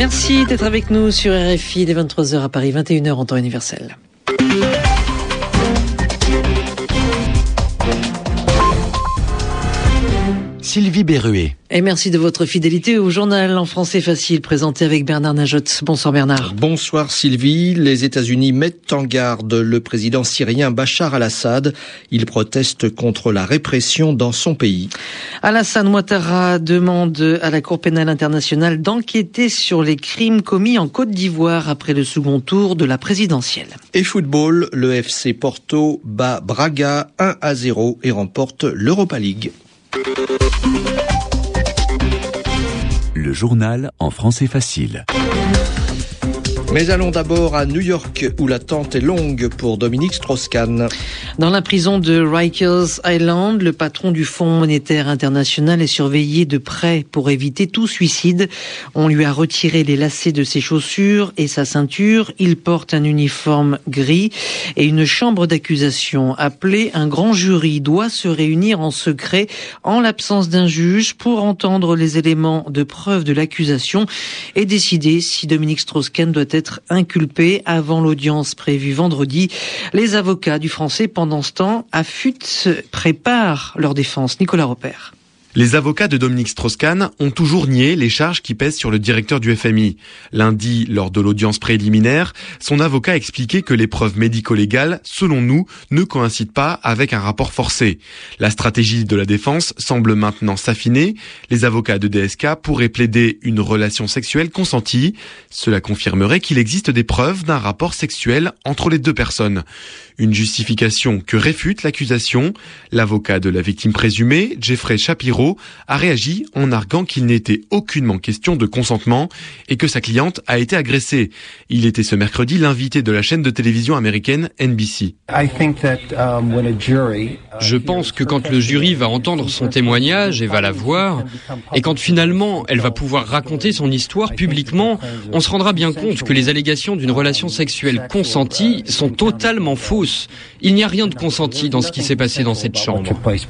Merci d'être avec nous sur RFI dès 23h à Paris, 21h en temps universel. Sylvie Berruet. Et merci de votre fidélité au journal en français facile présenté avec Bernard Najot. Bonsoir Bernard. Bonsoir Sylvie. Les États-Unis mettent en garde le président syrien Bachar al-Assad. Il proteste contre la répression dans son pays. Alassane Ouattara demande à la Cour pénale internationale d'enquêter sur les crimes commis en Côte d'Ivoire après le second tour de la présidentielle. Et football, le FC Porto bat Braga 1-0 et remporte l'Europa League. Le journal en français facile. Mais allons d'abord à New York, où l'attente est longue pour Dominique Strauss-Kahn. Dans la prison de Rikers Island, le patron du Fonds monétaire international est surveillé de près pour éviter tout suicide. On lui a retiré les lacets de ses chaussures et sa ceinture. Il porte un uniforme gris et une chambre d'accusation appelée un grand jury doit se réunir en secret en l'absence d'un juge pour entendre les éléments de preuve de l'accusation et décider si Dominique Strauss-Kahn doit être inculpé avant l'audience prévue vendredi. Les avocats du Français, pendant ce temps, préparent leur défense. Nicolas Repère. Les avocats de Dominique Strauss-Kahn ont toujours nié les charges qui pèsent sur le directeur du FMI. Lundi, lors de l'audience préliminaire, son avocat a expliqué que les preuves médico-légales, selon nous, ne coïncident pas avec un rapport forcé. La stratégie de la défense semble maintenant s'affiner. Les avocats de DSK pourraient plaider une relation sexuelle consentie. Cela confirmerait qu'il existe des preuves d'un rapport sexuel entre les deux personnes. Une justification que réfute l'accusation. L'avocat de la victime présumée, Jeffrey Shapiro, a réagi en arguant qu'il n'était aucunement question de consentement et que sa cliente a été agressée. Il était ce mercredi l'invité de la chaîne de télévision américaine NBC. Je pense que quand le jury va entendre son témoignage et va la voir, et quand finalement elle va pouvoir raconter son histoire publiquement, on se rendra bien compte que les allégations d'une relation sexuelle consentie sont totalement fausses. Il n'y a rien de consenti dans ce qui s'est passé dans cette chambre.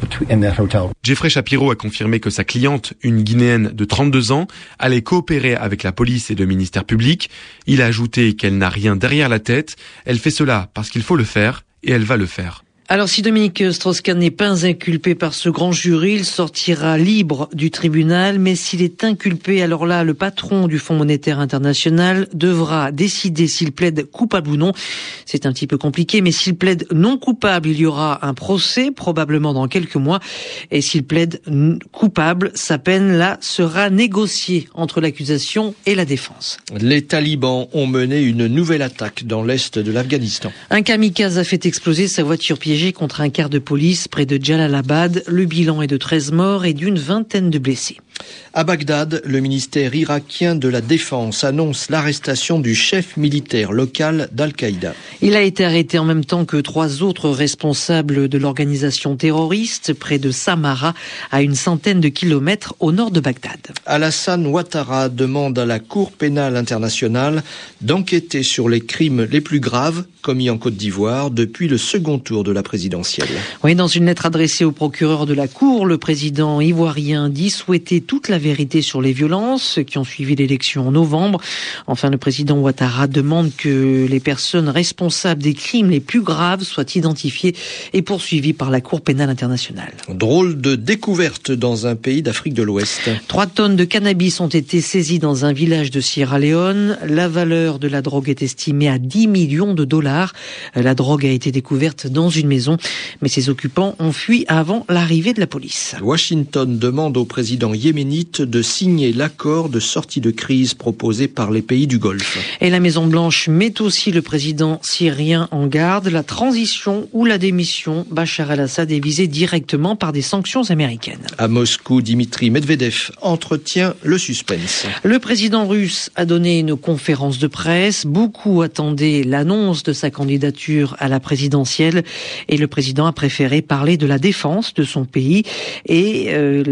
Jeffrey Shapiro a confirmé que sa cliente, une Guinéenne de 32 ans, allait coopérer avec la police et le ministère public. Il a ajouté qu'elle n'a rien derrière la tête. Elle fait cela parce qu'il faut le faire et elle va le faire. Alors si Dominique Strauss-Kahn n'est pas inculpé par ce grand jury, il sortira libre du tribunal, mais s'il est inculpé, alors là, le patron du Fonds monétaire international devra décider s'il plaide coupable ou non. C'est un petit peu compliqué, mais s'il plaide non coupable, il y aura un procès, probablement dans quelques mois, et s'il plaide coupable, sa peine là sera négociée entre l'accusation et la défense. Les talibans ont mené une nouvelle attaque dans l'est de l'Afghanistan. Un kamikaze a fait exploser sa voiture piégée contre un car de police près de Jalalabad. Le bilan est de 13 morts et d'une vingtaine de blessés. À Bagdad, le ministère irakien de la Défense annonce l'arrestation du chef militaire local d'Al-Qaïda. Il a été arrêté en même temps que 3 autres responsables de l'organisation terroriste près de Samara, à une centaine de kilomètres au nord de Bagdad. Alassane Ouattara demande à la Cour pénale internationale d'enquêter sur les crimes les plus graves commis en Côte d'Ivoire depuis le second tour de la présidentielle. Oui, dans une lettre adressée au procureur de la Cour, le président ivoirien dit souhaiter toute la vérité sur les violences qui ont suivi l'élection en novembre. Enfin, le président Ouattara demande que les personnes responsables des crimes les plus graves soient identifiées et poursuivies par la Cour pénale internationale. Drôle de découverte dans un pays d'Afrique de l'Ouest. 3 tonnes de cannabis ont été saisies dans un village de Sierra Leone. La valeur de la drogue est estimée à 10 millions de dollars. La drogue a été découverte dans une maison, mais ses occupants ont fui avant l'arrivée de la police. Washington demande au président yéménite de signer l'accord de sortie de crise proposé par les pays du Golfe. Et la Maison-Blanche met aussi le président syrien en garde. La transition ou la démission, Bachar el-Assad est visé directement par des sanctions américaines. À Moscou, Dimitri Medvedev entretient le suspense. Le président russe a donné une conférence de presse. Beaucoup attendaient l'annonce de sa candidature à la présidentielle et le président a préféré parler de la défense de son pays et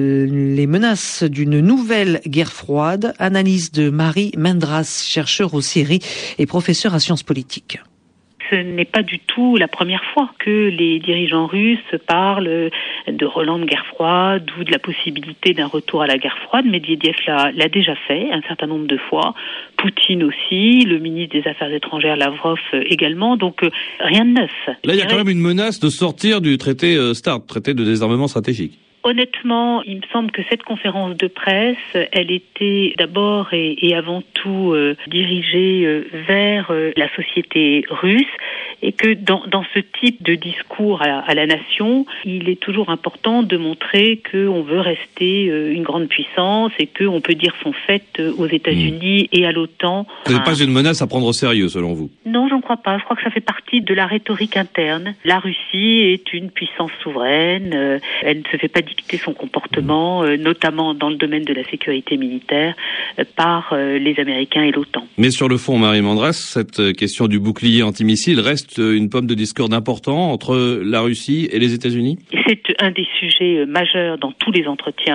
les menaces d'une nouvelle guerre froide. Analyse de Marie Mendras, chercheur au CERI et professeur à sciences politiques. ce n'est pas du tout la première fois que les dirigeants russes parlent de relan de guerre froide ou de la possibilité d'un retour à la guerre froide. Medvedev l'a déjà fait un certain nombre de fois. Poutine aussi, le ministre des Affaires étrangères Lavrov également. Donc rien de neuf. Là, il y a quand même une menace de sortir du traité START, traité de désarmement stratégique. Honnêtement, il me semble que cette conférence de presse, elle était d'abord et avant tout dirigée vers la société russe, et que dans ce type de discours à la nation, il est toujours important de montrer qu'on veut rester une grande puissance et qu'on peut dire son fait aux États-Unis et à l'OTAN. Ce n'est pas une menace à prendre au sérieux, selon vous? Non, je ne crois pas. Je crois que ça fait partie de la rhétorique interne. La Russie est une puissance souveraine. Elle ne se fait pas dicter son comportement, notamment dans le domaine de la sécurité militaire, par les Américains et l'OTAN. Mais sur le fond, Marie Mandras, cette question du bouclier antimissile reste une pomme de discorde important entre la Russie et les États-Unis? C'est un des sujets majeurs dans tous les entretiens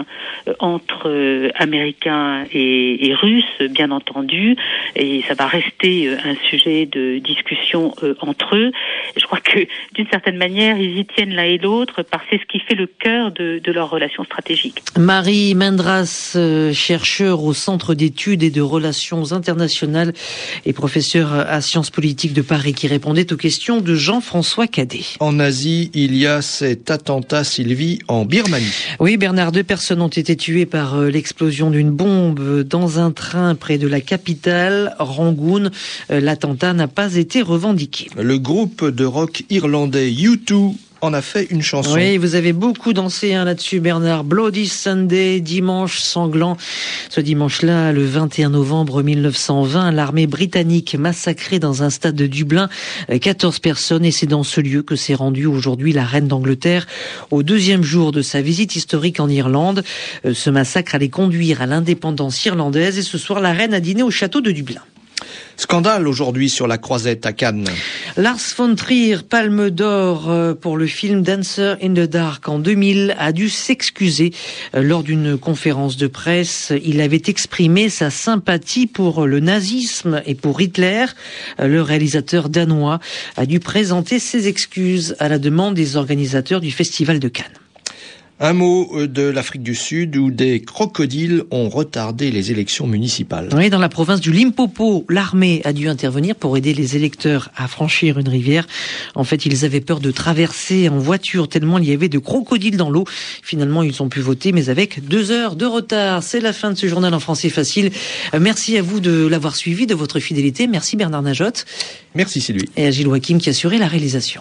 entre Américains et Russes, bien entendu, et ça va rester un sujet de discussion entre eux. Je crois que, d'une certaine manière, ils y tiennent l'un et l'autre parce que c'est ce qui fait le cœur de leur relation stratégique. Marie Mandras, chercheur au Centre d'études et de relations internationales et professeur à Sciences politiques de Paris, qui répondait aux questions de Jean-François Cadet. En Asie, il y a cet attentat, Sylvie, en Birmanie. Oui, Bernard, 2 personnes ont été tuées par l'explosion d'une bombe dans un train près de la capitale, Rangoon. L'attentat n'a pas été revendiqué. Le groupe de rock irlandais U2 en a fait une chanson. Oui, vous avez beaucoup dansé là-dessus, Bernard. Bloody Sunday, dimanche sanglant. Ce dimanche-là, le 21 novembre 1920, l'armée britannique massacrait dans un stade de Dublin 14 personnes, et c'est dans ce lieu que s'est rendue aujourd'hui la reine d'Angleterre au 2e jour de sa visite historique en Irlande. Ce massacre allait conduire à l'indépendance irlandaise, et ce soir, la reine a dîné au château de Dublin. Scandale aujourd'hui sur la Croisette à Cannes. Lars von Trier, Palme d'Or pour le film Dancer in the Dark en 2000, a dû s'excuser lors d'une conférence de presse. Il avait exprimé sa sympathie pour le nazisme et pour Hitler. Le réalisateur danois a dû présenter ses excuses à la demande des organisateurs du Festival de Cannes. Un mot de l'Afrique du Sud où des crocodiles ont retardé les élections municipales. Oui, dans la province du Limpopo, l'armée a dû intervenir pour aider les électeurs à franchir une rivière. En fait, ils avaient peur de traverser en voiture tellement il y avait de crocodiles dans l'eau. Finalement, ils ont pu voter, mais avec 2 heures de retard. C'est la fin de ce journal en français facile. Merci à vous de l'avoir suivi, de votre fidélité. Merci Bernard Najotte. Merci Sylvie. Et à Gilles Joachim qui a assuré la réalisation.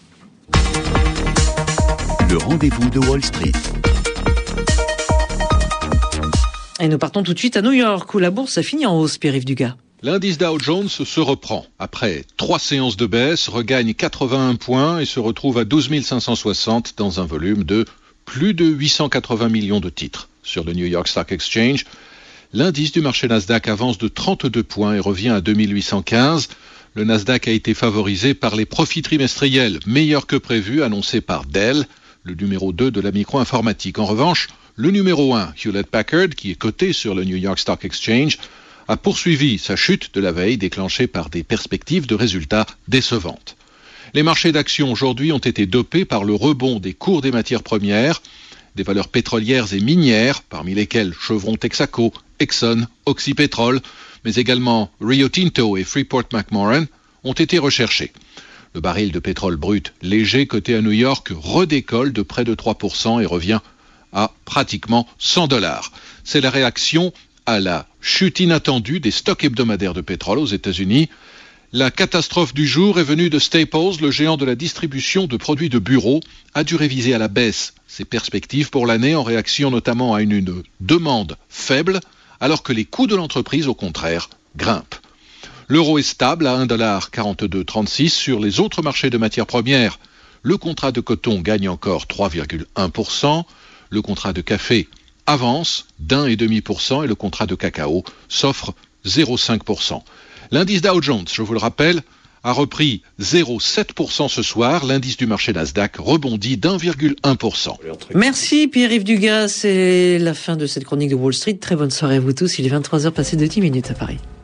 Le rendez-vous de Wall Street. Et nous partons tout de suite à New York où la bourse a fini en hausse, Pierre-Yves Dugas. L'indice Dow Jones se reprend. Après 3 séances de baisse, regagne 81 points et se retrouve à 12 560 dans un volume de plus de 880 millions de titres. Sur le New York Stock Exchange, l'indice du marché Nasdaq avance de 32 points et revient à 2815. Le Nasdaq a été favorisé par les profits trimestriels meilleurs que prévus annoncés par Dell, le numéro 2 de la micro-informatique. En revanche, le numéro 1, Hewlett-Packard, qui est coté sur le New York Stock Exchange, a poursuivi sa chute de la veille déclenchée par des perspectives de résultats décevantes. Les marchés d'actions aujourd'hui ont été dopés par le rebond des cours des matières premières, des valeurs pétrolières et minières, parmi lesquelles Chevron Texaco, Exxon, Oxypetrol, mais également Rio Tinto et Freeport-McMoRan, ont été recherchés. Le baril de pétrole brut léger coté à New York redécolle de près de 3% et revient à pratiquement $100. C'est la réaction à la chute inattendue des stocks hebdomadaires de pétrole aux États-Unis. La catastrophe du jour est venue de Staples, le géant de la distribution de produits de bureau, a dû réviser à la baisse ses perspectives pour l'année en réaction notamment à une demande faible, alors que les coûts de l'entreprise, au contraire, grimpent. L'euro est stable à 1,4236 $. Sur les autres marchés de matières premières, le contrat de coton gagne encore 3,1%, le contrat de café avance d'1,5% et le contrat de cacao s'offre 0,5%. L'indice Dow Jones, je vous le rappelle, a repris 0,7% ce soir. L'indice du marché Nasdaq rebondit d'1,1%. Merci Pierre-Yves Dugas. C'est la fin de cette chronique de Wall Street. Très bonne soirée à vous tous. Il est 23h passé de 10 minutes à Paris.